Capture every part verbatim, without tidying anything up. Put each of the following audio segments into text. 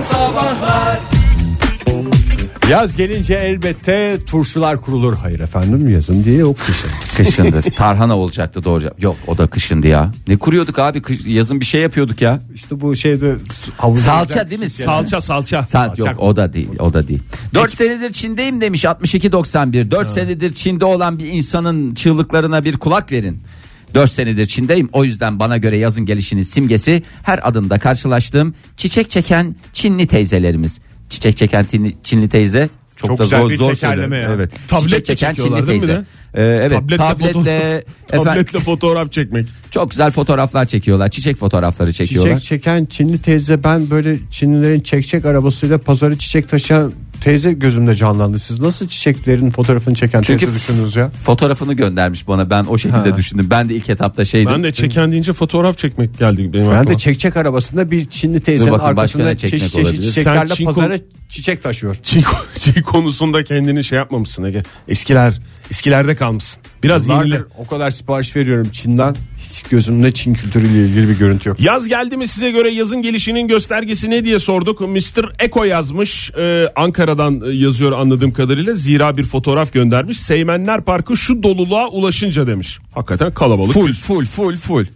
Sabahlar. Yaz gelince elbette turşular kurulur. Hayır efendim, yazın diye yok kışın. Kışındı. Tarhana olacaktı doğru. Yok, o da kışındı ya. Ne kuruyorduk abi? Kış, yazın bir şey yapıyorduk ya. İşte bu şeyde havuzda salça değil mi? Salça salça. Sal- yok o da değil, o da değil. dört senedir Çin'deyim demiş altmış iki doksan bir. dört senedir Çin'de olan bir insanın çığlıklarına bir kulak verin. dört senedir Çin'deyim, o yüzden bana göre yazın gelişinin simgesi her adımda karşılaştığım çiçek çeken Çinli teyzelerimiz. Çiçek çeken Çinli teyze çok, Çok da güzel zor bir zor tekerleme söylüyor. ya. Evet. Tabletle Çiçek çeken çekiyorlar Çinli değil mi teyze. de? Ee, evet, Tabletle, tabletle foto- tabletle fotoğraf çekmek. çok güzel fotoğraflar çekiyorlar. Çiçek fotoğrafları çekiyorlar. Çiçek çeken Çinli teyze, ben böyle Çinlilerin çekçek arabasıyla pazara çiçek taşıyan teyze gözümde canlandı. Siz nasıl çiçeklerin fotoğrafını çeken Çünkü teyze düşündünüz ya? Fotoğrafını göndermiş bana, ben o şekilde Ha. düşündüm. Ben de ilk etapta şeydim. Ben de çeken deyince fotoğraf çekmek geldi benim Ben aklıma. de çekçek arabasında bir Çinli teyzenin bakayım, başka ne arkasında çekmek çeşit çeşit olabilir? çiçeklerle Sen Çin pazara kon- çiçek taşıyor. Çin, Çin konusunda kendini şey yapmamışsın Ege. Eskiler, eskilerde kalmışsın. Biraz yenile. Yıllardır o kadar sipariş veriyorum Çin'den. Hiç gözümde Çin kültürüyle ilgili bir görüntü yok. Yaz geldi mi size göre yazın gelişinin göstergesi ne diye sorduk. mister Eko yazmış. Ee, Ankara'dan yazıyor anladığım kadarıyla. Zira bir fotoğraf göndermiş. Seymenler Parkı şu doluluğa ulaşınca demiş. Hakikaten kalabalık. Full full full full.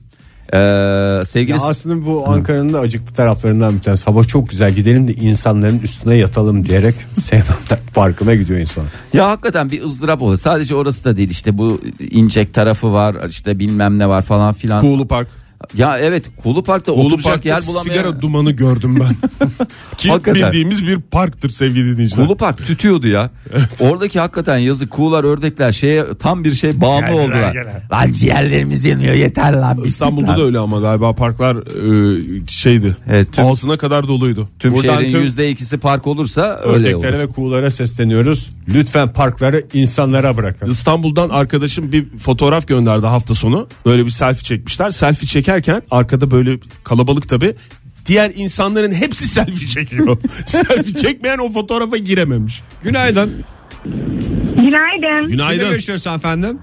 Ee, sevgili Ya aslında bu Ankara'nın da acıklı taraflarından bir tanesi. Hava çok güzel, gidelim de insanların üstüne yatalım diyerek Seymenler Parkı'na gidiyor insan. Ya hakikaten bir ızdırap oluyor. Sadece orası da değil, işte bu İncek tarafı var, işte bilmem ne var falan filan. Kuğulu Park. Ya evet, Kuğulu Park'ta Kuğulu oturacak Park'ta yer bulamayan. sigara dumanı gördüm ben. Ki Hakikaten. bildiğimiz bir parktır sevgili dinleyiciler. Kuğulu Park tütüyordu ya. Oradaki hakikaten yazık, kuğular, ördekler şeye tam bir şey bağımlı Geldiler, oldular. geldiler. Lan ciğerlerimiz yanıyor, yeter lan. bittik İstanbul'da lan. da öyle ama galiba parklar e, şeydi. Evet, tüm- Ağzına kadar doluydu. Tüm Buradan şehrin tüm yüzde ikisi park olursa öyle olur. Ördeklere ve kuğulara sesleniyoruz. Lütfen parkları insanlara bırakın. İstanbul'dan arkadaşım bir fotoğraf gönderdi hafta sonu. Böyle bir selfie çekmişler. Selfie çekerken arkada böyle kalabalık tabii. Diğer insanların hepsi selfie çekiyor. Selfie çekmeyen o fotoğrafa girememiş. Günaydın. Günaydın. Kimle Günaydın. görüşüyoruz efendim?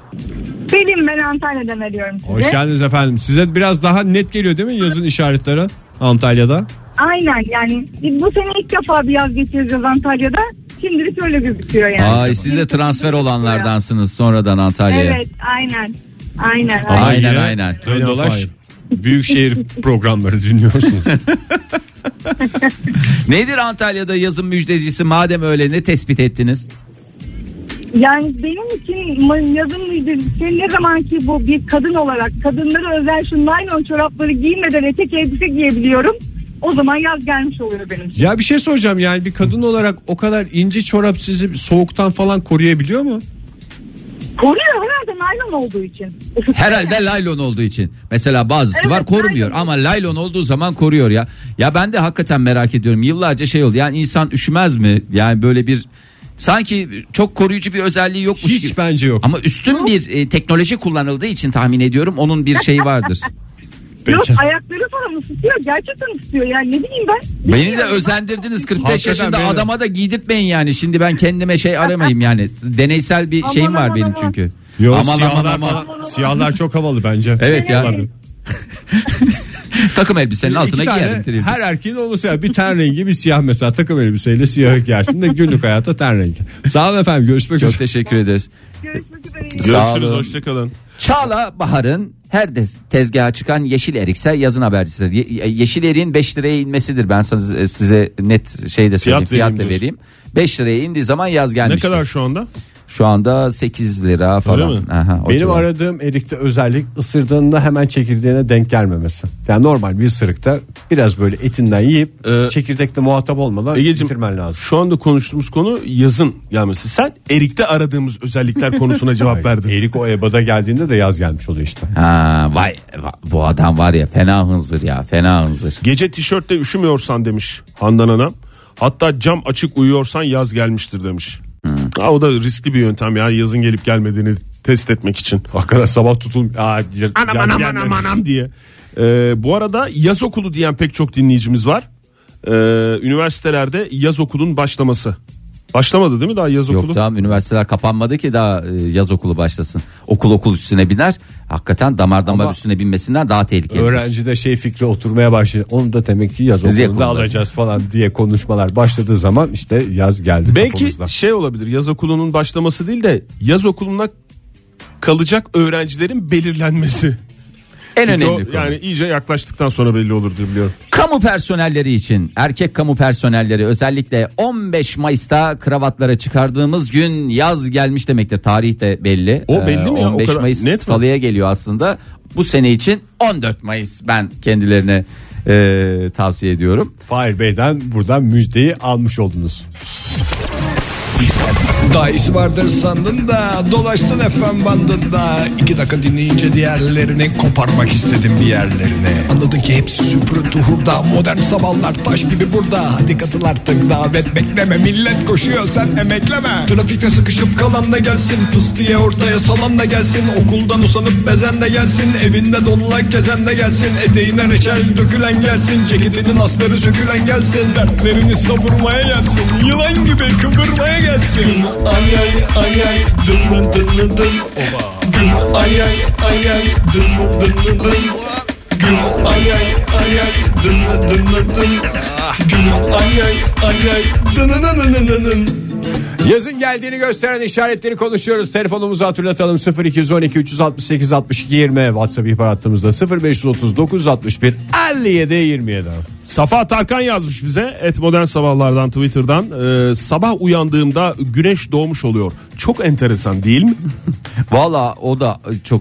Selim, ben Antalya'dan arıyorum sizi. Hoş geldiniz efendim. Size biraz daha net geliyor değil mi yazın işaretleri Antalya'da? Aynen, yani bu sene ilk defa bir yaz geçireceğiz Antalya'da. Şimdilik öyle gözüküyor yani. Ay, siz de transfer olanlardansınız sonradan Antalya'ya. Evet, aynen. Aynen. Aynen aynen. aynen. aynen. Dön dolaş büyükşehir programları dinliyorsunuz. Nedir Antalya'da yazın müjdecisi, madem öyle, ne tespit ettiniz? Yani benim için yazın müjdesi ne zaman ki bu bir kadın olarak kadınlara özel şu naylon çorapları giymeden etek elbise giyebiliyorum. O zaman yaz gelmiş oluyor benim için. Ya bir şey soracağım, yani bir kadın olarak o kadar ince çorap sizi soğuktan falan koruyabiliyor mu? Koruyor herhalde naylon olduğu için. Herhalde laylon olduğu için. Mesela bazısı Evet, var korumuyor laylon. ama laylon olduğu zaman koruyor ya. Ya ben de hakikaten merak ediyorum. Yıllarca şey oldu. Yani insan üşümez mi? Yani böyle bir sanki çok koruyucu bir özelliği yokmuş Hiç gibi. bence yok. Ama üstün bir e, teknoloji kullanıldığı için tahmin ediyorum onun bir şeyi vardır. Yok, ayakları falan ısıtıyor. Gerçekten ısıtıyor yani, ne bileyim ben. Beni de Bilmiyorum. özendirdiniz kırk beş Hakikaten yaşında beni de. adama da giydirtmeyin yani. Şimdi ben kendime şey aramayayım yani. Deneysel bir Aman şeyim var aman benim aman. çünkü. Yo, Aman aman siyahlar, aman. falan- siyahlar çok havalı bence. Evet ya. Olabilir. Takım elbisenin altına İki tane, giyerim. her erkeğin olması ya bir ten rengi bir siyah, mesela takım elbiseyle siyahı giyersin de günlük hayatta ten rengi. Sağ olun efendim, görüşmek Çok üzere. teşekkür ederiz. Görüşmek üzere. Sağ Görüşürüz, olun. hoşçakalın. Çağla Bahar'ın her dez- tezgaha çıkan yeşil erikse yazın habercisidir. Ye- yeşil eriğin beş liraya inmesidir. Ben sana, size net şey de söyleyeyim, Fiyat fiyat vereyim da diyorsun. vereyim. beş liraya indiği zaman yaz Ne gelmiştir. kadar şu anda? Şu anda sekiz lira falan. Öyle mi? Aha, o Benim civar. aradığım erikte özellik ısırdığında hemen çekirdeğine denk gelmemesi. Yani normal bir ısırıkta biraz böyle etinden yiyip Ee, çekirdekle muhatap olmadan Egeciğim, bitirmen lazım. şu anda konuştuğumuz konu yazın gelmesi. Sen erikte aradığımız özellikler konusuna cevap verdin. Erik o ebada geldiğinde de yaz gelmiş oluyor işte. Ha, vay va- bu adam var ya, fena hınzır ya, fena hınzır. Gece tişörtle üşümüyorsan demiş Handan Hanım. Hatta cam açık uyuyorsan yaz gelmiştir demiş. Ha, o da riskli bir yöntem ya, yazın gelip gelmediğini test etmek için. Hakikaten sabah tutulmuş. Aa, y- Anam yaz anam gelmemiş. anam anam diye. Ee, bu arada yaz okulu diyen pek çok dinleyicimiz var. Ee, üniversitelerde yaz okulun başlaması. Başlamadı değil mi daha yaz okulu? Yok tamam, üniversiteler kapanmadı ki daha e, yaz okulu başlasın. Okul okul üstüne biner. Hakikaten damar damar Ama üstüne binmesinden daha tehlikeli. Öğrenci de şey fikri oturmaya başladı. Onu da demek ki yaz okulunda okulunda. alacağız falan diye konuşmalar başladığı zaman işte yaz geldi Belki kafamızda. şey olabilir, yaz okulunun başlaması değil de yaz okuluna kalacak öğrencilerin belirlenmesi. En Çünkü önemli o, konu. yani iyice yaklaştıktan sonra belli olur diye biliyorum. Kamu personelleri için, erkek kamu personelleri özellikle on beş Mayıs'ta kravatları çıkardığımız gün yaz gelmiş demektir. Tarih de belli. O belli mi ya? O on beş kadar Mayıs net mi? salıya geliyor aslında. Bu sene için on dört Mayıs ben kendilerine e, tavsiye ediyorum. Fahir Bey'den buradan müjdeyi almış oldunuz. Daha iyisi vardır sandın da dolaştın F M bandında. İki dakika dinleyince diğerlerini koparmak istedim bir yerlerine. Anladın ki hepsi süpürü tuhurda, modern sabahlar taş gibi burada. Hadi katıl artık, davet bekleme, millet koşuyor sen emekleme. Trafikte sıkışıp kalan da gelsin, pıs diye ortaya salan da gelsin. Okuldan usanıp bezen de gelsin, evinde donulak gezen de gelsin. Eteğine reçel dökülen gelsin, ceketinin asları sökülen gelsin. Dertlerini savurmaya gelsin, yılan gibi kıvırmaya gelsin. Ay ay ay ay dım dım dım dım. Güm ay ay ay ay dım dım dım dım. Güm ay ay ay ay dım dım dım dım. Güm ay ay ay ay dım dım dım dım. Yazın geldiğini gösteren işaretleri konuşuyoruz. Telefonumuzu hatırlatalım: sıfır iki on iki üç altı sekiz altmış iki yirmi. WhatsApp ihbar hattımızda sıfır beş otuz dokuz altmış bir elli yedi yirmi yedi. Safa Tarkan yazmış bize et modern sabahlardan Twitter'dan. Ee, sabah uyandığımda güneş doğmuş oluyor. Çok enteresan değil mi? Valla o da çok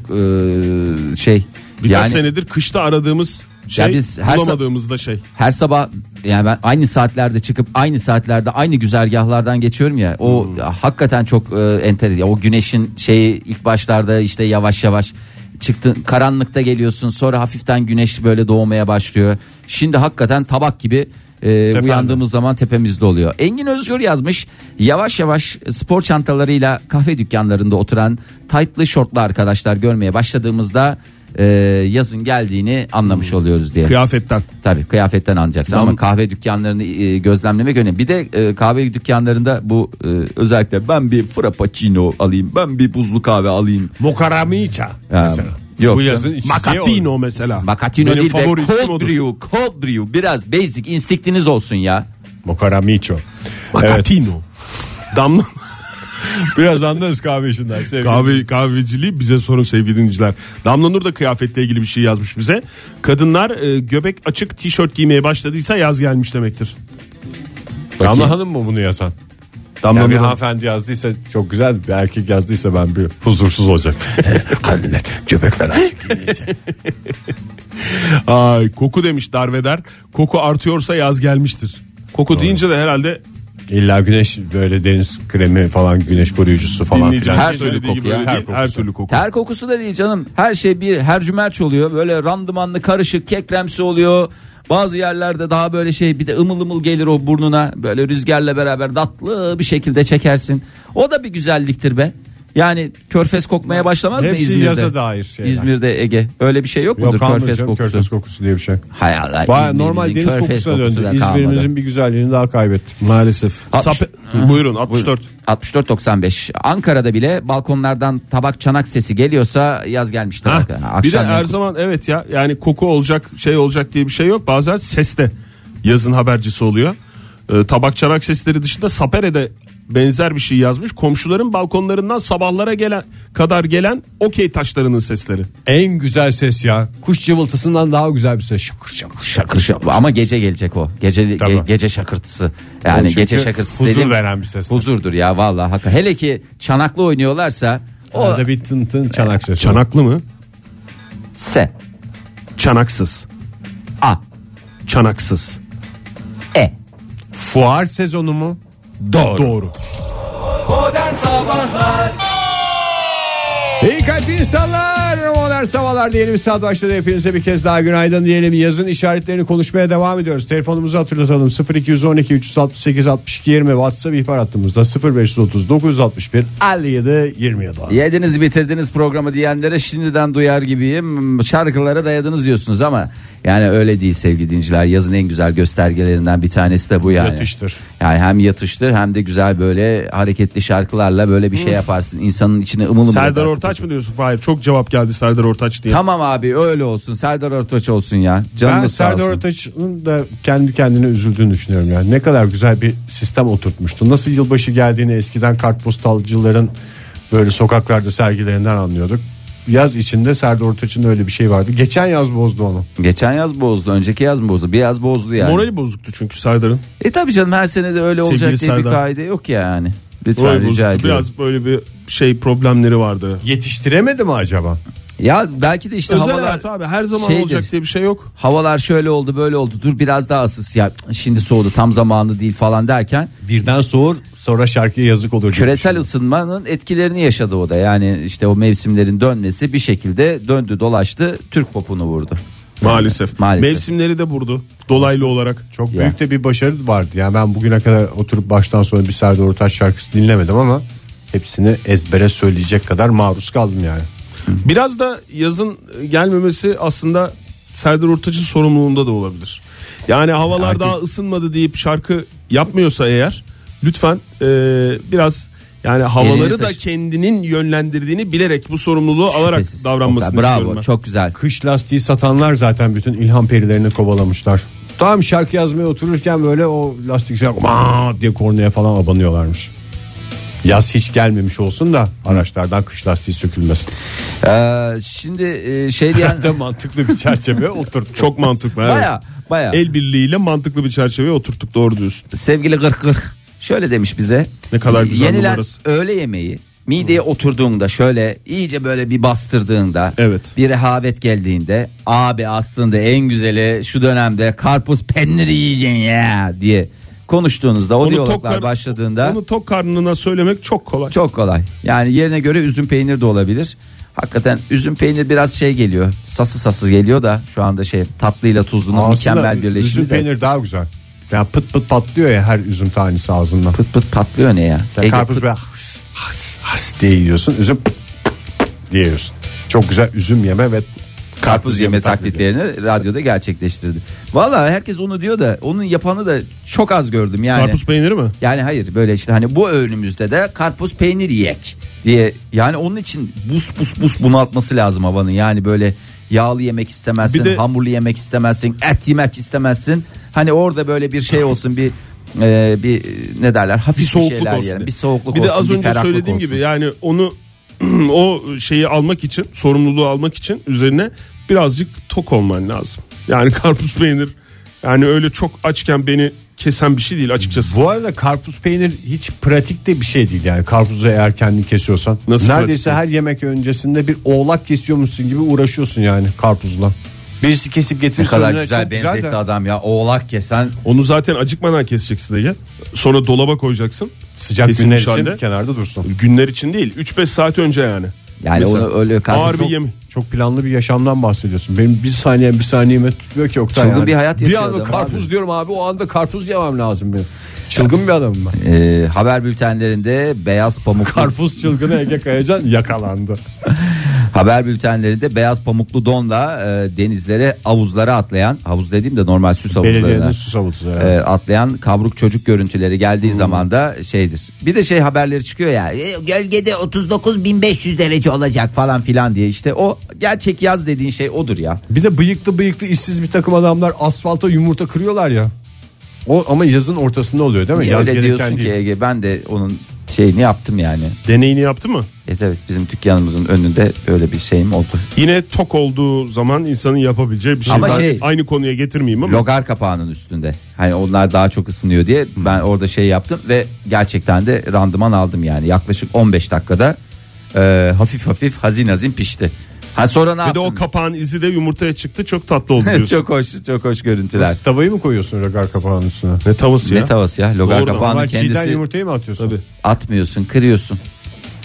e, şey. Birkaç yani senedir kışta aradığımız şey, Ya biz her bulamadığımızda şey. her sabah yani ben aynı saatlerde çıkıp aynı saatlerde aynı güzergahlardan geçiyorum ya. O Hmm. ya, hakikaten çok e, enteresan. O güneşin şeyi ilk başlarda işte yavaş yavaş çıktın, karanlıkta geliyorsun, sonra hafiften güneş böyle doğmaya başlıyor. Şimdi hakikaten tabak gibi e, uyandığımız zaman tepemizde oluyor. Engin Özgür yazmış: yavaş yavaş spor çantalarıyla kahve dükkanlarında oturan taytlı şortlu arkadaşlar görmeye başladığımızda e, yazın geldiğini anlamış oluyoruz diye. Kıyafetten. Tabii kıyafetten anlayacaksın ama kahve dükkanlarını e, gözlemlemek önemli. Bir de e, kahve dükkanlarında bu e, özellikle ben bir frappuccino alayım, ben bir buzlu kahve alayım. Mokaramicha Ha, mesela. yok. Bu yazın içeceği Macatino o. mesela. Macatino Benim değil de favori içkim cold odur. brew, cold brew. Biraz basic instinktiniz olsun ya. Mokaramicho. Macatino. Damla. Biraz anlarız kahve işinden. sevgili. Kahve, kahveciliği bize sorun sevgili dinleyiciler. Damla Nur da kıyafetle ilgili bir şey yazmış bize. Kadınlar e, göbek açık tişört giymeye başladıysa yaz gelmiş demektir. Damla Hanım mı bunu yazan? Damla Yani bir Nur- hanımefendi yazdıysa çok güzel, bir erkek yazdıysa ben bir huzursuz olacak. Kadınlar göbekler açık. Ay, koku demiş Darveder. Koku artıyorsa yaz gelmiştir. Koku deyince de herhalde İlla güneş böyle deniz kremi falan, güneş koruyucusu falan dinleyeceğim. filan. Her Her türlü söylediği gibi koku ya. öyle Her değil, her kokusu. türlü koku. Ter kokusu da değil canım. Her şey bir hercümerç oluyor. Böyle randımanlı, karışık, kekremsi oluyor. Bazı yerlerde daha böyle şey, bir de ımıl ımıl gelir o burnuna. Böyle rüzgarla beraber tatlı bir şekilde çekersin. O da bir güzelliktir be. Yani körfez kokmaya başlamaz mı Hepsi İzmir'de? yaza dair şeyler. İzmir'de, Ege. Öyle bir şey yok mudur Yok, kalmadı körfez canım, kokusu? körfez kokusu diye bir şey. Hay Allah, Baya İzmir'imizin normal deniz körfez kokusuna kokusu döndü. da kalmadı. İzmir'imizin bir güzelliğini daha kaybettik. Maalesef. Altmış- Sap- Buyurun altmış dört. altmış dört doksan beş. Ankara'da bile balkonlardan tabak çanak sesi geliyorsa yaz gelmiştir. Ha, Akşam bir de her yakın- zaman evet ya, yani koku olacak, şey olacak diye bir şey yok. Bazen ses de yazın habercisi oluyor. Ee, tabak çanak sesleri dışında Sapere'de benzer bir şey yazmış. Komşuların balkonlarından sabahlara gelen kadar gelen okey taşlarının sesleri. En güzel ses ya. Kuş cıvıltısından daha güzel bir ses. Şakır şakır. Şakır şakır. Ama gece gelecek o. Gece Tabii. ge- gece şakırtısı. Yani O çünkü gece şakırtısı huzur dediğim veren bir ses. huzurdur ya vallahi hakikaten. Hele ki çanaklı oynuyorlarsa o Orada bir tın tın çanak sesi. Çanaklı mı? se Çanaksız. a Çanaksız. e Fuar sezonu mu? doğru. Doğru. İyi kalp insanlar, modern sabahlar diyelim, bir saat başladı. Hepinize bir kez daha günaydın diyelim. Yazın işaretlerini konuşmaya devam ediyoruz. Telefonumuzu hatırlatalım: sıfır iki on iki üç altı sekiz altmış iki yirmi. WhatsApp ihbar hattımızda sıfır beş otuz dokuz altmış bir elli yedi yirmi yedi. Yediniz bitirdiniz programı diyenlere şimdiden duyar gibiyim. Şarkılara dayadınız diyorsunuz ama yani öyle değil sevgili dinleyiciler. Yazın en güzel göstergelerinden bir tanesi de bu yani. Yatıştır. Yani hem yatıştır hem de güzel böyle hareketli şarkılarla böyle bir şey yaparsın. İnsanın içine ımıl ımıl. Serdar Ortaç mı diyorsun? Hayır, çok cevap geldi Serdar Ortaç diye. Tamam abi, öyle olsun. Serdar Ortaç olsun ya. Canınız Ben sağ olsun. Serdar Ortaç'ın da kendi kendine üzüldüğünü düşünüyorum yani. Ne kadar güzel bir sistem oturtmuştu. Nasıl yılbaşı geldiğini eskiden kartpostalcıların böyle sokaklarda sergilerinden anlıyorduk. Yaz içinde Serdar Ortaç'ın öyle bir şey vardı. Geçen yaz bozdu onu. Geçen yaz bozdu, önceki yaz mı bozdu? Bir yaz bozdu yani. Morali bozuktu çünkü Serdar'ın. E tabii canım, her sene de öyle Sevgili olacak diye Serdar. bir kaide yok yani. Lütfen Morali rica bozuktu. ediyorum. Biraz böyle bir şey problemleri vardı. Yetiştiremedi mi acaba? Ya belki de işte Özel havalar hayat abi, her zaman şeydir. olacak diye bir şey yok. Havalar şöyle oldu böyle oldu, dur biraz daha ısıs ya, şimdi soğudu tam zamanı değil falan derken Birden soğur, sonra şarkıya yazık olur. küresel ısınmanın etkilerini yaşadı o da. Yani işte o mevsimlerin dönmesi bir şekilde döndü dolaştı, Türk popunu vurdu. Maalesef. Maalesef. Mevsimleri de vurdu dolaylı olarak. Çok Ya. büyük de bir başarı vardı. Yani ben bugüne kadar oturup baştan sona bir Serdar Ortaç şarkısı dinlemedim ama hepsini ezbere söyleyecek kadar maruz kaldım yani. Biraz da yazın gelmemesi aslında Serdar Ortaç'ın sorumluluğunda da olabilir. Yani havalar Artık- daha ısınmadı deyip şarkı yapmıyorsa eğer lütfen e, biraz yani havaları Elini da taşı- kendinin yönlendirdiğini bilerek bu sorumluluğu alarak Şüphesiz. davranmasını Bravo, istiyorum ben. çok güzel. Kış lastiği satanlar zaten bütün ilham perilerini kovalamışlar. Tam şarkı yazmaya otururken böyle o lastikçiler "Aa!" diye kornaya falan abanıyorlarmış. Yaz hiç gelmemiş olsun da araçlardan kış lastiği sökülmesin. Ee, şimdi e, şey diyen de mantıklı bir çerçeve oturttuk. Çok mantıklı. Evet. baya baya El birliğiyle mantıklı bir çerçeveye oturttuk, doğru diyorsun. sevgili gırk gırk şöyle demiş bize. Ne kadar güzel Yenilen numarası. öğle yemeği mideye oturduğunda şöyle iyice böyle bir bastırdığında, Evet. bir rehavet geldiğinde, abi aslında en güzeli şu dönemde karpuz peyniri yiyeceksin ya diye konuştuğunuzda, o Onu diyaloglar kar- başladığında Onu tok karnına söylemek çok kolay. çok kolay. Yani yerine göre üzüm peynir de olabilir. Hakikaten üzüm peynir biraz şey geliyor, sası sası geliyor da şu anda şey, tatlıyla tuzlunun mükemmel birleşimi üzüm de peynir daha güzel. Yani pıt pıt patlıyor ya her üzüm tanesi ağzından. pıt pıt patlıyor ne ya? Yani Ege karpuz pıt- böyle has, has, has diye yiyorsun. Üzüm pıt pıt pıt diye yiyorsun. Çok güzel üzüm yeme ve karpuz yeme taklitlerini radyoda gerçekleştirdi. Vallahi herkes onu diyor da onun yapanı da çok az gördüm yani. Karpuz peyniri mi? Yani hayır, böyle işte hani bu öğünümüzde de karpuz peynir yiyek diye, yani onun için bus bus bus bunaltması lazım havanın. Yani böyle yağlı yemek istemezsin, Bir de- hamurlu yemek istemezsin, et yemek istemezsin. Hani orada böyle bir şey olsun, bir e, bir ne derler, hafif Bir bir, soğukluk şeyler olsun yiyelim. diye. Bir soğukluk Bir olsun, de az bir önce ferahlık söylediğim olsun. gibi yani onu o şeyi almak için, sorumluluğu almak için üzerine birazcık tok olman lazım. Yani karpuz peynir yani öyle çok açken beni kesen bir şey değil açıkçası. Bu arada karpuz peynir hiç pratik de bir şey değil yani. Karpuzu eğer kendin kesiyorsan. Nasıl neredeyse pratik? her yemek öncesinde bir oğlak kesiyormuşsun gibi uğraşıyorsun yani karpuzla. Birisi kesip Ne getirirse kadar önüne, güzel çok güzel benzetti de. adam ya, oğlak kesen. Onu zaten acıkmadan keseceksin Ege. Sonra dolaba koyacaksın. Sıcak Kesilmiş günler için halde. kenarda dursun. Günler için değil, üç beş saat önce yani. Yani Mesela onu öyle ağır karpuz bir yem. Çok planlı bir yaşamdan bahsediyorsun. Benim bir saniye bir saniyeme tutmuyor ki Oktay. Çılgın yani. bir hayat yaşıyor Bir anda adam karpuz abi. diyorum abi, o anda karpuz yemem lazım benim. Çılgın bir adamım ben. Ee, haber bültenlerinde beyaz pamuklu Karpuz çılgını Ege Kayacan yakalandı. haber bültenlerinde beyaz pamuklu donla e, denizlere, havuzlara atlayan, havuz dediğim de normal süs Belediyenin havuzlarına su savutusu. Yani. e, atlayan kavruk çocuk görüntüleri geldiği Hmm. zaman da şeydir. Bir de şey haberleri çıkıyor ya, e, gölgede otuz dokuz bin beş yüz derece olacak falan filan diye, işte o gerçek yaz dediğin şey odur ya. Bir de bıyıklı bıyıklı işsiz bir takım adamlar asfalta yumurta kırıyorlar ya. O ama yazın ortasında oluyor değil mi? Niye Yaz öyle gelirken diyorsun ki değil. Ege, ben de onun şeyini yaptım yani. Deneyini yaptı mı? Evet, evet, bizim dükkanımızın önünde böyle bir şeyim oldu. Yine tok olduğu zaman insanın yapabileceği bir şey. Ama Ben şey- aynı konuya getirmeyeyim ama. Logar kapağının üstünde. Hani onlar daha çok ısınıyor diye ben orada şey yaptım ve gerçekten de randıman aldım yani. Yaklaşık on beş dakikada e, hafif hafif hazin hazin pişti. Ha sonra ne Bir de yaptım? o kapağın izi de yumurtaya çıktı, çok tatlı oldu diyorsun. çok hoş, çok hoş görüntüler. Nasıl, tavayı mı koyuyorsun rogar kapağının üstüne? Ne tavası ya? Ne tavası ya? Logar Doğru, kapağının Normal çiğden kendisi yumurtayı mı atıyorsun? Tabii. atmıyorsun, kırıyorsun.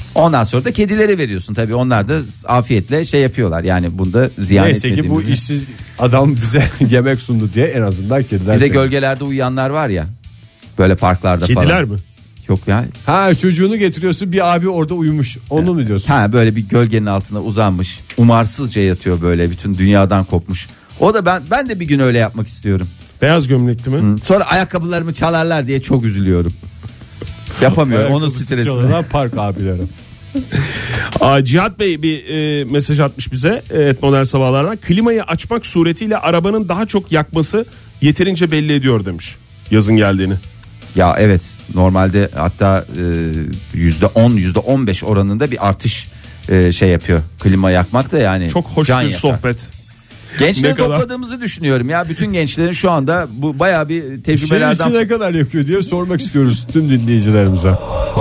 Ondan sonra da kedilere veriyorsun tabii, onlar da afiyetle şey yapıyorlar yani, bunda ziyan Neyse ki bu etmediğimizi. işsiz adam bize yemek sundu diye en azından kediler. Bir de seviyor. gölgelerde uyuyanlar var ya böyle parklarda falan. Kediler mi? Yok ya. Ha, çocuğunu getiriyorsun, bir abi orada uyumuş, onu mu diyorsun? Ha, böyle bir gölgenin altında uzanmış, umarsızca yatıyor, böyle bütün dünyadan kopmuş. O da ben ben de bir gün öyle yapmak istiyorum. Beyaz gömlekli mi? Sonra ayakkabılarımı çalarlar diye çok üzülüyorum. Yapamıyorum onun Ayakkabısı stresini. çalınan park abileri. Aa, Cihat Bey bir e, mesaj atmış bize. Evet, modern sabahlardan. Klimayı açmak suretiyle arabanın daha çok yakması yeterince belli ediyor demiş. Yazın geldiğini. Ya evet, normalde hatta yüzde on yüzde on beş oranında bir artış e, şey yapıyor. Klima yakmak da yani. Çok hoş can bir yakar. sohbet. Gençleri Ne kadar? topladığımızı düşünüyorum ya. Bütün gençlerin şu anda bu bayağı bir Şehir tecrübelerden. içi ne kadar yakıyor diye sormak istiyoruz tüm dinleyicilerimize.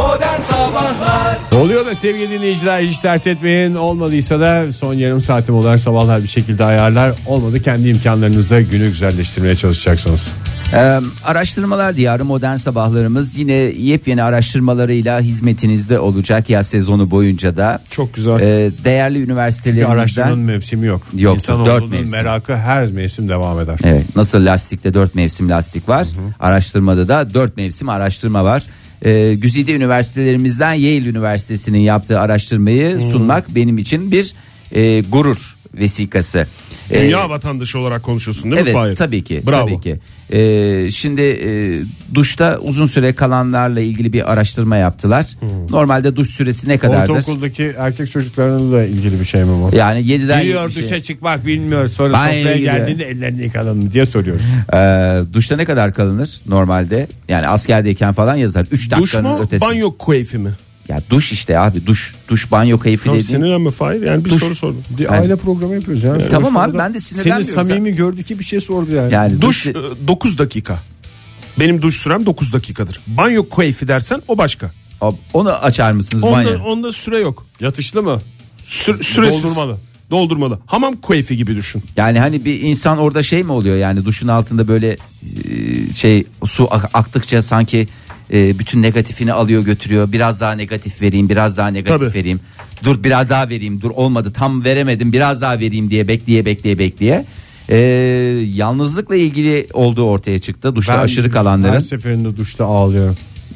Ne oluyor da sevgili dinleyiciler, hiç dert etmeyin. Olmadıysa da son yarım saati modern sabahlar bir şekilde ayarlar. Olmadı kendi imkanlarınızla günü güzelleştirmeye çalışacaksınız. Ee, araştırmalar diyarı modern sabahlarımız yine yepyeni araştırmalarıyla hizmetinizde olacak yaz sezonu boyunca da. Çok güzel. Ee, değerli Bir üniversitelerimizden. araştırmanın mevsimi yok. Yok, İnsanoğlunun dört mevsim. merakı her mevsim devam eder. Evet, nasıl lastikte dört mevsim lastik var, hı hı. araştırmada da dört mevsim araştırma var. Ee, güzide üniversitelerimizden Yale Üniversitesi'nin yaptığı araştırmayı hmm. sunmak benim için bir e, gurur vesikası. Dünya Ee, vatandaşı olarak konuşuyorsun değil evet, mi Fahir? tabii ki. Bravo. Tabii ki. Ee, şimdi e, duşta uzun süre kalanlarla ilgili bir araştırma yaptılar. Hmm. Normalde duş süresi ne kadardır? Ortaokuldaki erkek çocuklarına da ilgili bir şey mi bu? Yani yediden Biliyor duşa şey. çıkmak bilmiyor, sonra Banyo sofraya gibi. geldiğinde ellerini yıkadın mı diye soruyoruz. Ee, duşta ne kadar kalınır normalde? Yani askerdeyken falan yazar. üç Duş dakikanın mu ötesi. banyo keyfi mi? Ya duş işte abi, duş duş banyo keyfi Tamam, dediğin. sinirlenme Fahir, yani bir Duş. soru sordum. Bir Yani- aile programı yapıyoruz yani. Tamam Sonuçta abi, da ben de sinirlenmiyorum. Seni samimi gördü ki bir şey sordu yani. Yani Duş duş, e, dokuz dakika. Benim duş sürem dokuz dakikadır. Banyo keyfi dersen o başka. onu açar mısınız Onda, banyo? onda süre yok. Yatışlı mı? Sü- süresiz. Doldurmalı. Doldurmalı. Hamam keyfi gibi düşün. Yani hani bir insan orada şey mi oluyor, yani duşun altında böyle e, şey su ak- aktıkça sanki e, bütün negatifini alıyor götürüyor. Biraz daha negatif vereyim, biraz daha negatif Tabii. vereyim. Dur biraz daha vereyim, dur olmadı tam veremedim, biraz daha vereyim diye bekleye bekleye bekleye. E, yalnızlıkla ilgili olduğu ortaya çıktı. Duşta Ben aşırı her kalanların. seferinde duşta ağlıyorum.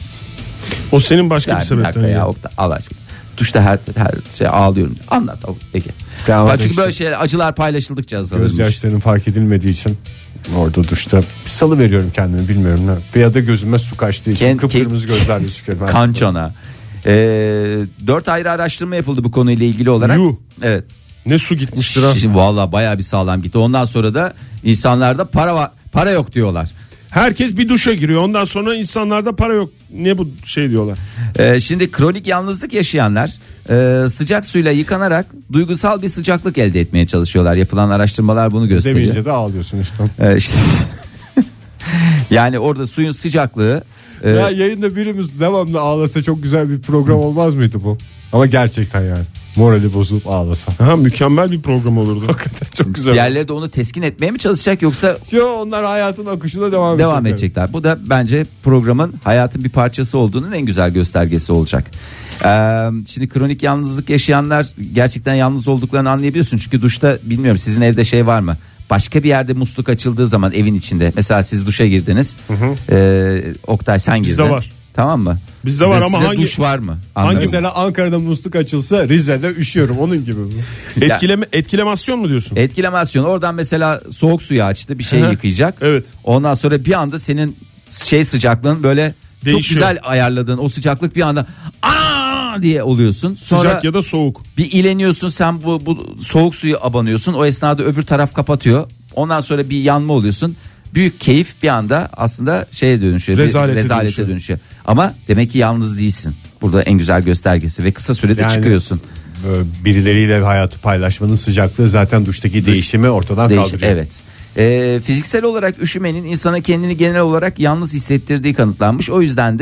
O senin başka Yani bir bir sebepten. dakika ya, ya. Oktay, Allah aşkına. Duşta her her şey ağlıyorum. Anlat Ege. Tamam, Bak çünkü işte. böyle şeyler, acılar paylaşıldıkça azalırmış. Gözyaşlarının fark edilmediği için orada duşta bir salı veriyorum kendimi, bilmiyorum ne. Ya da gözüme su kaçtığı için Ken- kıpkırmızı gözlerle çıkıyorum. Kançana. Ee, dört ayrı araştırma yapıldı bu konuyla ilgili olarak. Yuh. Evet. Ne su gitmiştir ha. Şimdi vallahi bayağı bir sağlam gitti. Ondan sonra da insanlarda para var, para yok diyorlar. Herkes bir duşa giriyor. Ondan sonra insanlarda para yok. Ne bu şey diyorlar. Ee, şimdi kronik yalnızlık yaşayanlar e, sıcak suyla yıkanarak duygusal bir sıcaklık elde etmeye çalışıyorlar. Yapılan araştırmalar bunu gösteriyor. Demeyince de ağlıyorsun işte. Ee, işte yani orada suyun sıcaklığı e, Ya yayında birimiz devamlı ağlasa çok güzel bir program olmaz mıydı bu? Ama gerçekten yani. Morali bozulup ağlasa. Ha, mükemmel bir program olurdu. Hakikaten çok güzel. diğerleri de onu teskin etmeye mi çalışacak, yoksa Yo, onlar hayatın akışına devam, devam edecekler. edecekler. Bu da bence programın hayatın bir parçası olduğunun en güzel göstergesi olacak. Ee, şimdi kronik yalnızlık yaşayanlar gerçekten yalnız olduklarını anlayabiliyorsun. Çünkü duşta, bilmiyorum sizin evde şey var mı? Başka bir yerde musluk açıldığı zaman evin içinde. Mesela siz duşa girdiniz. Ee, Oktay sen girdin. Bizde var. Tamam mı? Bizde Sizde- var ama sizde hangi- duş var mı? hangi- Anladım. Mesela Ankara'da musluk açılsa Rize'de üşüyorum, onun gibi mi? Etkileme, etkilemasyon mu diyorsun? Etkilemasyon, oradan mesela soğuk suyu açtı, bir şey Hı hı. yıkayacak. Evet. Ondan sonra bir anda senin şey sıcaklığın böyle çok Değişiyor. güzel ayarladığın o sıcaklık bir anda aa diye oluyorsun. Sonra Sıcak ya da soğuk. bir ileniyorsun, sen bu, bu soğuk suyu abanıyorsun. O esnada öbür taraf kapatıyor. Ondan sonra bir yanma oluyorsun. Büyük keyif bir anda aslında şeye dönüşüyor. bir Rezalete rezalete dönüşüyor. dönüşüyor. Ama demek ki yalnız değilsin. Burada en güzel göstergesi ve kısa sürede Yani- çıkıyorsun. Böyle birileriyle hayatı paylaşmanın sıcaklığı zaten duştaki değişimi ortadan Değişim, kaldırıyor. evet. Ee, fiziksel olarak üşümenin insana kendini genel olarak yalnız hissettirdiği kanıtlanmış. O yüzden de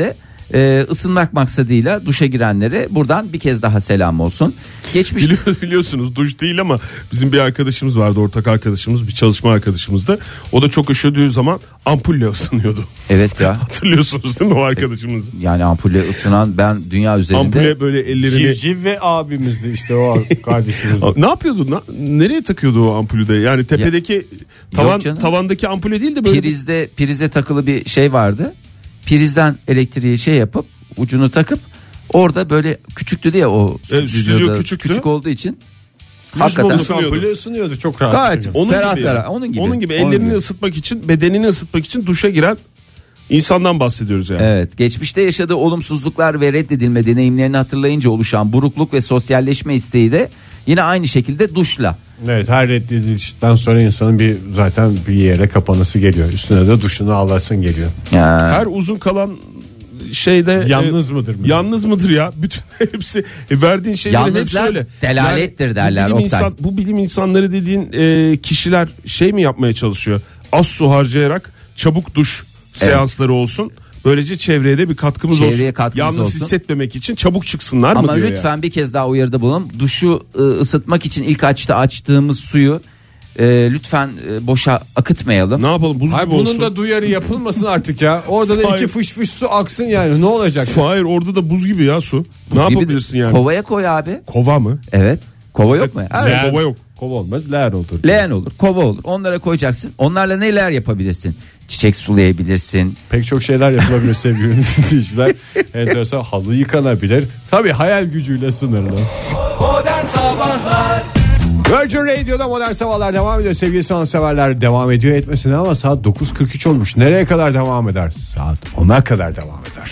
e, ısınmak maksadıyla duşa girenlere buradan bir kez daha selam olsun. Geçmiş Bili- biliyorsunuz duş değil ama bizim bir arkadaşımız vardı, ortak arkadaşımız, bir çalışma arkadaşımızdı. O da çok üşüdüğü zaman ampulle ısınıyordu. evet ya. Hatırlıyorsunuz değil mi o arkadaşımızı? Yani ampulle ısınan ben dünya üzerinde Ampule böyle ellerini... Civciv ve abimizdi işte o kardeşimizdi. Ne yapıyordu? Na- nereye takıyordu o ampulü de? Yani tepedeki tavan canım. tavandaki ampule değil de böyle bir- prizde prize takılı bir şey vardı. Prizden elektriği şey yapıp ucunu takıp orada böyle küçüktü diye o Evet, stüdyo stüdyoda küçüktü. küçük olduğu için Hakikaten hakikaten ısınıyordu. ampulü ısınıyordu çok rahat. gayet şekilde. onun ferah gibi, ferah, onun gibi. Onun gibi Onun ellerini gibi. ısıtmak için, bedenini ısıtmak için duşa giren insandan bahsediyoruz yani. Evet, geçmişte yaşadığı olumsuzluklar ve reddedilme deneyimlerini hatırlayınca oluşan burukluk ve sosyalleşme isteği de yine aynı şekilde duşla. Evet, her reddedilişten sonra insanın bir zaten bir yere kapanası geliyor. Üstüne de duşunu ağlatsın geliyor. Ya, Her uzun kalan şeyde Yalnız e, mıdır mı? Yalnız mıdır ya? Bütün hepsi e, verdiğin şeylerin hepsi Yalnızlar öyle. delalettir bu derler bilim, Oktay. insan, bu bilim insanları dediğin e, kişiler şey mi yapmaya çalışıyor? Az su harcayarak çabuk duş seansları olsun. Böylece çevreye de bir katkımız Çevreye olsun. katkımız Yalnız olsun. hissetmemek için çabuk çıksınlar ama mı diyor lütfen yani. bir kez daha uyarıda bulun. Duşu e, ısıtmak için ilk açta açtığımız suyu e, lütfen e, boşa akıtmayalım. Ne yapalım, buz Hayır, gibi bunun olsun. da duyarı yapılmasın artık ya. Orada da Hayır. iki fış fış su aksın yani, ne olacak? Hayır, orada da buz gibi ya su. Buz ne gibi yapabilirsin de- yani? Kovaya koy abi. Kova mı? Evet. Kova yok mu? Evet. Leğen. Kova yok. Kova olmaz, leğen olur. Leğen olur, kova olur. Onlara koyacaksın. Onlarla neler yapabilirsin? Çiçek sulayabilirsin. Pek çok şeyler yapılabilir sevgili dinleyiciler. Enteresan, halı yıkanabilir. Tabii hayal gücüyle sınırlı. Virgin Radio'da Modern Sabahlar devam ediyor. Sevgili sanatseverler, devam ediyor etmesine ama saat dokuz kırk üç olmuş. Nereye kadar devam eder? Saat ona kadar devam eder.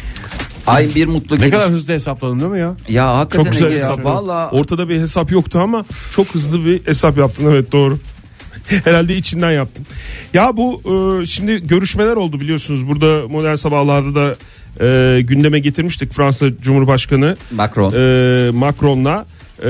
Ay bir mutlu Ne geliş. kadar hızlı hesapladım değil mi ya? Ya hakikaten Çok güzel Ege ya. hesap. Vallahi Ortada bir hesap yoktu ama çok hızlı bir hesap yaptın, evet doğru. Herhalde içinden yaptın. Ya bu e, şimdi görüşmeler oldu biliyorsunuz. Burada Modern Sabahlar'da da e, gündeme getirmiştik. Fransa Cumhurbaşkanı Macron. e, Macron'la e,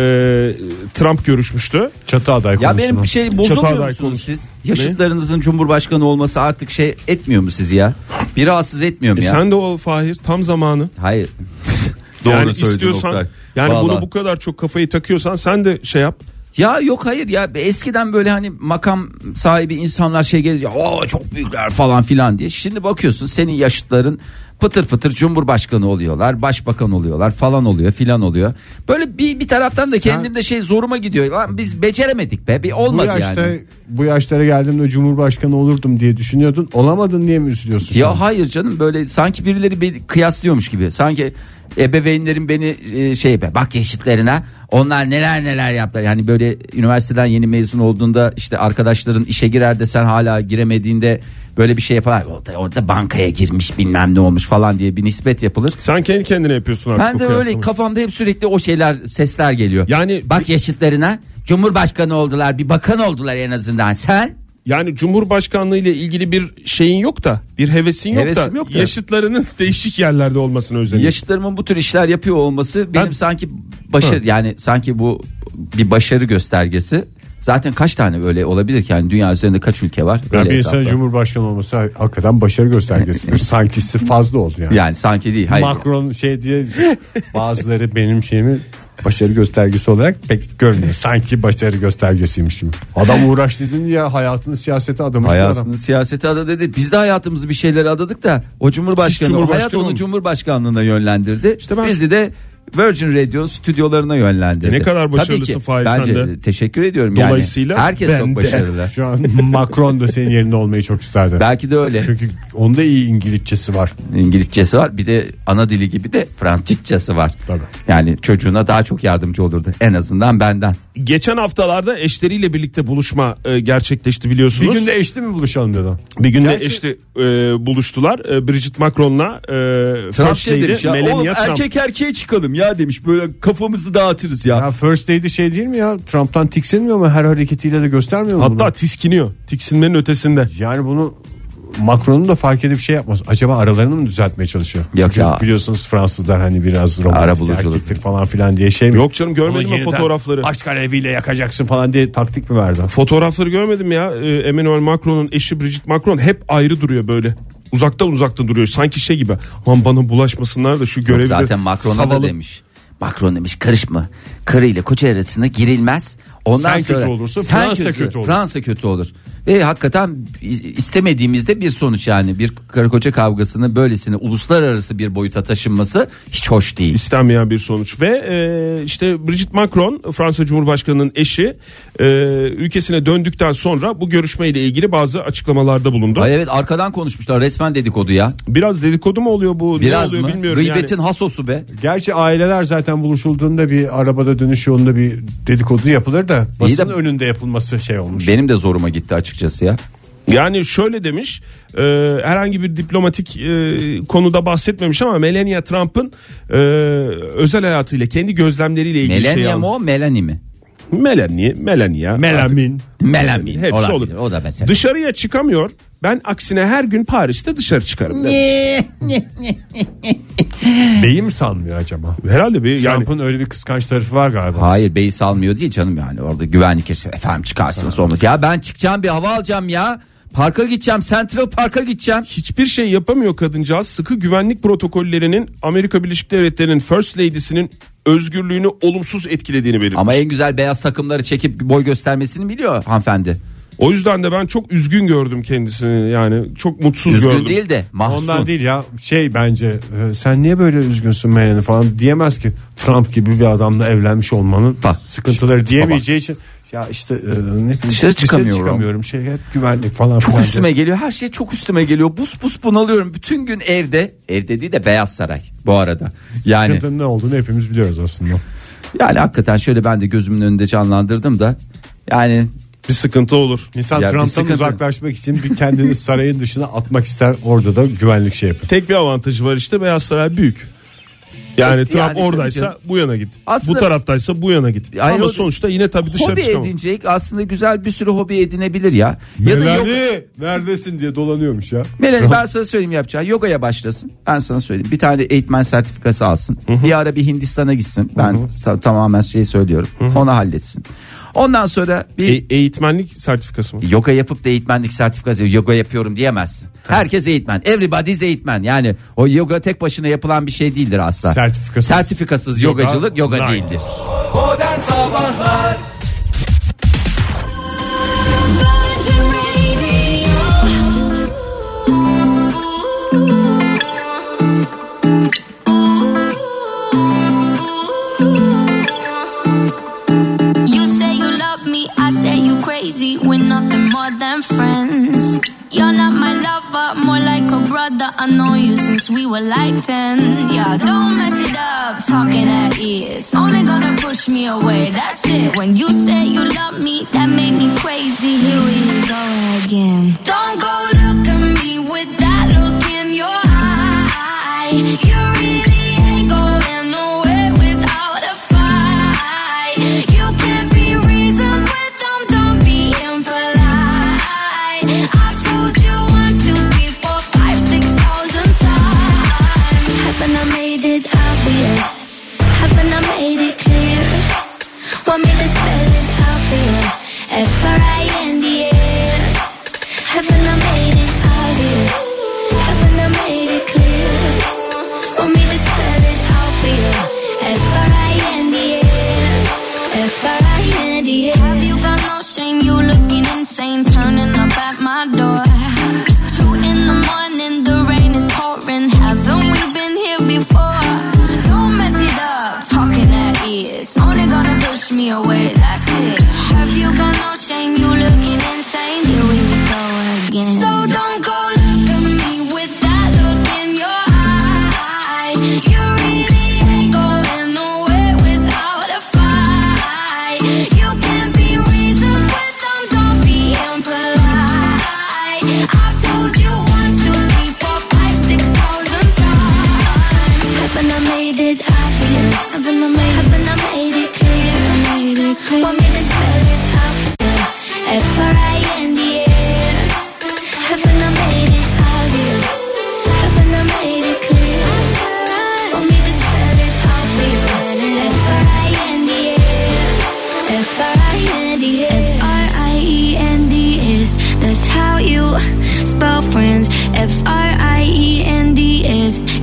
Trump görüşmüştü. Çatı aday Ya konusunu. benim bir şey Çatı bozulmuyor aday musunuz konusu. siz? Yaşıtlarınızın cumhurbaşkanı olması artık şey etmiyor mu sizi ya? Bir rahatsız etmiyor mu E ya? sen de o Fahir, tam zamanı. Hayır. Yani söyledin istiyorsan, Oktay. yani Vallahi. bunu bu kadar çok kafayı takıyorsan sen de şey yap. Ya yok hayır ya, eskiden böyle hani makam sahibi insanlar şey gelir, o çok büyükler falan filan diye. Şimdi bakıyorsun senin yaşıtların pıtır pıtır cumhurbaşkanı oluyorlar, başbakan oluyorlar falan oluyor filan oluyor. Böyle bir bir taraftan da Sen- kendimde şey zoruma gidiyor. Lan biz beceremedik be, bir Bu olmadı yaşta, yani. bu yaşlara geldiğimde Cumhurbaşkanı olurdum diye düşünüyordun. Olamadın diye mi üzülüyorsun? şu an? Ya hayır canım, böyle sanki birileri beni kıyaslıyormuş gibi. Sanki ebeveynlerim beni e, şey be, bak yaşıtlarına onlar neler neler yaptılar. Yani böyle üniversiteden yeni mezun olduğunda işte arkadaşların işe girer de sen hala giremediğinde böyle bir şey yapar. Orada, orada bankaya girmiş bilmem ne olmuş falan diye bir nispet yapılır. Sen kendi kendine yapıyorsun artık. Ben o de öyle kıyaslamayı. kafamda hep sürekli o şeyler, sesler geliyor. Yani Bak yaşıtlarına cumhurbaşkanı oldular, bir bakan oldular en azından. Sen Yani Cumhurbaşkanlığı ile ilgili bir şeyin yok da, bir hevesin yok Hevesim da, yok da. yaşıtlarının değişik yerlerde olmasına özeniyor. yaşıtlarımın bu tür işler yapıyor olması benim Ben- sanki başarı, Hı. yani sanki bu bir başarı göstergesi. Zaten kaç tane böyle olabilir ki, yani dünya üzerinde kaç ülke var? Yani Böyle bir insanın hesapla. Cumhurbaşkanı olması hakikaten başarı göstergesidir. Sankisi fazla oldu yani. Yani sanki değil. Hayır. Macron şey diye bazıları benim şeyimi başarı göstergesi olarak pek görmüyor. Sanki başarı göstergesiymiş gibi. Adam uğraş dedin ya, hayatını siyasete adamış bir adam. Hayatını siyasete ada dedi. Biz de hayatımızı bir şeylere adadık da o Cumhurbaşkanı, Hiç o Cumhurbaşkanı hayat onu olmadı. Cumhurbaşkanlığına yönlendirdi. İşte ben- Bizi de Virgin Radio stüdyolarına yönlendirdi. Ne kadar Tabii başarılısın ki. Fahir, Bence sen de. teşekkür ediyorum Dolayısıyla yani. Herkes ben çok de. başarılı. Şu an Macron da senin yerinde olmayı çok isterdi. Belki de öyle. Çünkü onda iyi İngilizcesi var. İngilizcesi var, bir de ana dili gibi de Fransızcası var. Tabii. Yani çocuğuna daha çok yardımcı olurdu en azından benden. Geçen haftalarda eşleriyle birlikte buluşma e, gerçekleşti Bir biliyorsunuz. günde eşli mi buluşalım dedi. bir günde Gerçi- eşli e, buluştular. E, Bridget Macron'la e, Trump First şey Lady demiş ya, Melania oğlum Trump. erkek erkeğe çıkalım ya demiş, böyle kafamızı dağıtırız ya. Ya First Lady şey değil mi ya? Trump'tan tiksinmiyor mu? Her hareketiyle de göstermiyor mu Hatta bunu? tiskiniyor. Tiksinmenin ötesinde. Yani bunu Macron'un da fark edip şey yapmaz. Acaba aralarını mı düzeltmeye çalışıyor? Yok Çünkü ya. biliyorsunuz Fransızlar hani biraz romantik Ara buluculuk. erkektir falan filan diye şey mi? Yok canım, görmedim Onu mi yeniden fotoğrafları? Aşk aleviyle yakacaksın falan diye taktik mi verdi? Fotoğrafları görmedim ya. E, Emmanuel Macron'un eşi Brigitte Macron hep ayrı duruyor böyle. uzaktan uzaktan duruyor. Sanki şey gibi. Aman bana bulaşmasınlar da şu görevi de zaten Macron'a da demiş. Macron demiş karışma. Karı ile koca arasına girilmez. Ondan sen sonra kötü olursun, sen Fransa kötü, kötü olur. Fransa kötü olur. Ve hakikaten istemediğimizde bir sonuç, yani bir karı koca kavgasını böylesine uluslararası bir boyuta taşınması hiç hoş değil. İstenmeyen bir sonuç. Ve e, işte Brigitte Macron, Fransa Cumhurbaşkanı'nın eşi, e, ülkesine döndükten sonra bu görüşmeyle ilgili bazı açıklamalarda bulundu. Ay evet, arkadan konuşmuşlar, resmen dedikodu ya. Biraz dedikodu mu oluyor bu? Biraz ne oluyor mı? bilmiyorum. Gıybetin yani. hasosu be. Gerçi aileler zaten buluşulduğunda bir arabada dönüş yolunda bir dedikodu yapılır da basın de- önünde yapılması şey olmuş. Benim de zoruma gitti açıkçası ya. Yani şöyle demiş, e, herhangi bir diplomatik e, konuda bahsetmemiş ama Melania Trump'ın e, özel hayatıyla, kendi gözlemleriyle ilgili şey Melania mı almış. o, Melanie mi? Melania, Melania. Melamin. Melamin Hepsi olabilir, olur. o da mesela. Dışarıya çıkamıyor. Ben aksine her gün Paris'te dışarı çıkarım demiş. Beyi mi sanmıyor acaba? Herhalde bir yani Trump'ın öyle bir kıskanç tarafı var galiba. Hayır, beyi salmıyor değil canım, yani orada güvenlik eşi efendim çıkarsınız olmaz. Ya ben çıkacağım, bir hava alacağım ya. Parka gideceğim, Central Park'a gideceğim. hiçbir şey yapamıyor kadıncağız. Sıkı güvenlik protokollerinin Amerika Birleşik Devletleri'nin First Lady'sinin özgürlüğünü olumsuz etkilediğini belirtmiş. Ama en güzel beyaz takımları çekip boy göstermesini biliyor hanımefendi. O yüzden de ben çok üzgün gördüm kendisini, yani çok mutsuz Üzgün gördüm. değil de mahzun. Ondan değil ya, şey bence e, sen niye böyle üzgünsün Melanie falan diyemez ki, Trump gibi bir adamla evlenmiş olmanın Bak, sıkıntıları diyemeyeceği için ya işte e, ne bileyim, Dışarı çıkamıyorum. çıkamıyorum şey hep güvenlik falan Çok filan üstüme diye. geliyor, her şey çok üstüme geliyor. Bus bus bunalıyorum bütün gün evde. Evde değil de Beyaz Saray bu arada. Yani Sıkıntının ne olduğunu hepimiz biliyoruz aslında. yani hakikaten şöyle ben de gözümün önünde canlandırdım da yani Bir sıkıntı olur. İnsan Ya bir Trump'tan sıkıntı- uzaklaşmak için bir kendini sarayın dışına atmak ister, orada da güvenlik şey yapar. Tek bir avantajı var, işte Beyaz Saray büyük. Yani Evet, Trump yani tabii oradaysa canım. bu yana git. Aslında- bu taraftaysa bu yana git. Hayır, Ama o- sonuçta yine tabii dışarı hobi çıkamam. edinecek aslında, güzel bir sürü hobi edinebilir ya. Ya da yoga, Melanie neredesin diye dolanıyormuş ya. Melanie ben sana söyleyeyim yapacağı, yogaya başlasın. Ben sana söyleyeyim, bir tane eğitmen sertifikası alsın. Bir ara bir Hindistan'a gitsin. Ben ta- tamamen şey söylüyorum. Onu halletsin. Ondan sonra bir E- eğitmenlik sertifikası mı? yoga yapıp da eğitmenlik sertifikası, yoga yapıyorum diyemezsin. Herkes eğitmen. Everybody's eğitmen. Yani o yoga tek başına yapılan bir şey değildir asla. Sertifikasız. Sertifikasız Yoga, yogacılık yoga online. değildir. Modern Sabahlar. You say you love me, I say you crazy. We're nothing more than friends. You're not my lover, more like a brother. I know you since we were like ten. Yeah, don't mess it up, talking at ears. Only gonna push me away, that's it. When you say you love me, that made me crazy. Here we go again. Don't go look at me with that look in your eye. You really ain't going nowhere without a fight. You can't be reasoned with them, don't be impolite. I've told you one, two, three, four, five, six thousand times. Haven't I made it obvious? Haven't I made it clear? Want me to spell it out for you? F R I N D S.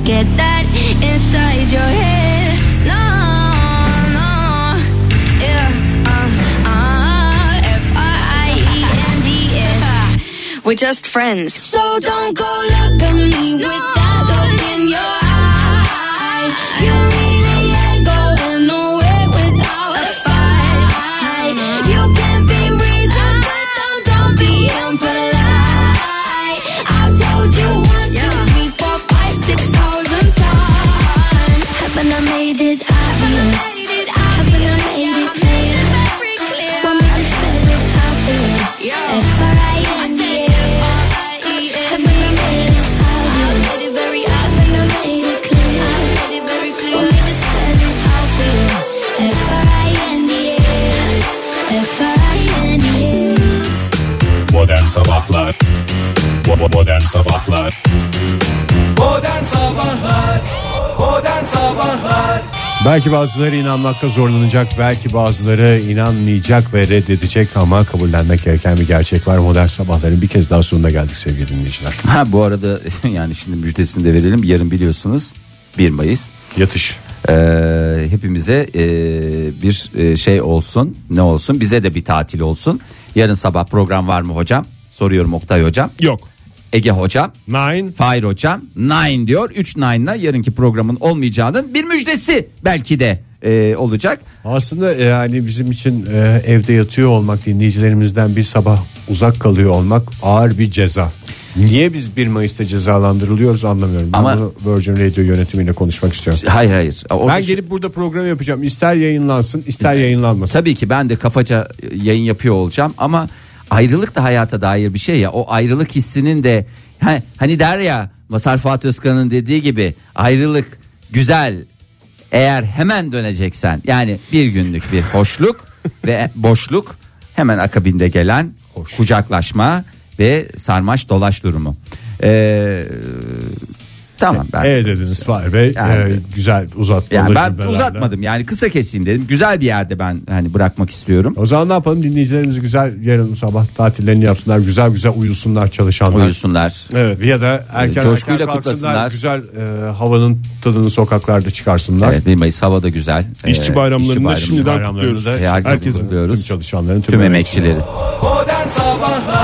get that inside your head. No, no, yeah, uh, uh, F I E N D S. We're just friends. So don't go look at me with that look in your eye. You really ain't going nowhere without a fight. You can be reasoned, but don't, don't be impolite. I've told you one, two, three, four, five, six thousand times. Haven't I made it obvious? Haven't I made it clear? Want me to spell it out there? F R I N D S. Haven't I made it obvious? Haven't I made it clear? Want me to spell it out there? F R I N D S. F R I N D S. Modern Sabahlar Bo- Modern Sabahlar Modern Sabahlar Modern Sabahlar Belki bazıları inanmakta zorlanacak, belki bazıları inanmayacak ve reddedecek ama kabullenmek gereken bir gerçek var. Modern Sabahların bir kez daha sonuna geldik sevgili dinleyiciler. Ha bu arada yani şimdi müjdesini de verelim. Yarın biliyorsunuz bir Mayıs. Yatış. Ee, hepimize e, bir e, şey olsun, ne olsun, bize de bir tatil olsun. Yarın sabah program var mı hocam? Soruyorum Oktay hocam. Yok. Ege hocam. Nine. Fahir hocam. Nine diyor. üç nine'la yarınki programın olmayacağının bir müjdesi belki de e, olacak. Aslında yani bizim için e, evde yatıyor olmak, dinleyicilerimizden bir sabah uzak kalıyor olmak ağır bir ceza. Niye biz bir Mayıs'ta cezalandırılıyoruz anlamıyorum. Ben Ama- bunu Virgin Radio yönetimiyle konuşmak istiyorum. Hayır hayır. O Ben bir- gelip burada program yapacağım. İster yayınlansın, ister yayınlanmasın. Tabii ki ben de kafaca yayın yapıyor olacağım ama ayrılık da hayata dair bir şey ya. O ayrılık hissinin de ha- hani der ya Mazhar Fuat Özkan'ın dediği gibi ayrılık güzel eğer hemen döneceksen, yani bir günlük bir hoşluk ve boşluk, hemen akabinde gelen kucaklaşma ve sarmaş dolaş durumu. Ee, tamam ben. Evet dediniz Fahir Bey. Yani- Ee, güzel uzatmalı Yani ben cümlelerle. uzatmadım, yani kısa keseyim dedim. Güzel bir yerde ben hani bırakmak istiyorum. O zaman ne yapalım, dinleyicilerimiz güzel yarın sabah tatillerini yapsınlar, güzel güzel uyusunlar çalışanlar. Uyusunlar. Evet. Ya da erken Coşkuyla erken kalksınlar, kutlasınlar. güzel e, havanın tadını sokaklarda çıkarsınlar. Evet, bir Mayıs hava da güzel. İşçi Ee, bayramlarını da bayramı- şimdiden bayramlarını kutluyoruz. da herkesin Herkesin. kutluyoruz. Tüm çalışanların, tüm, Tüm emekçilerin. emekçileri. Modern Sabahlar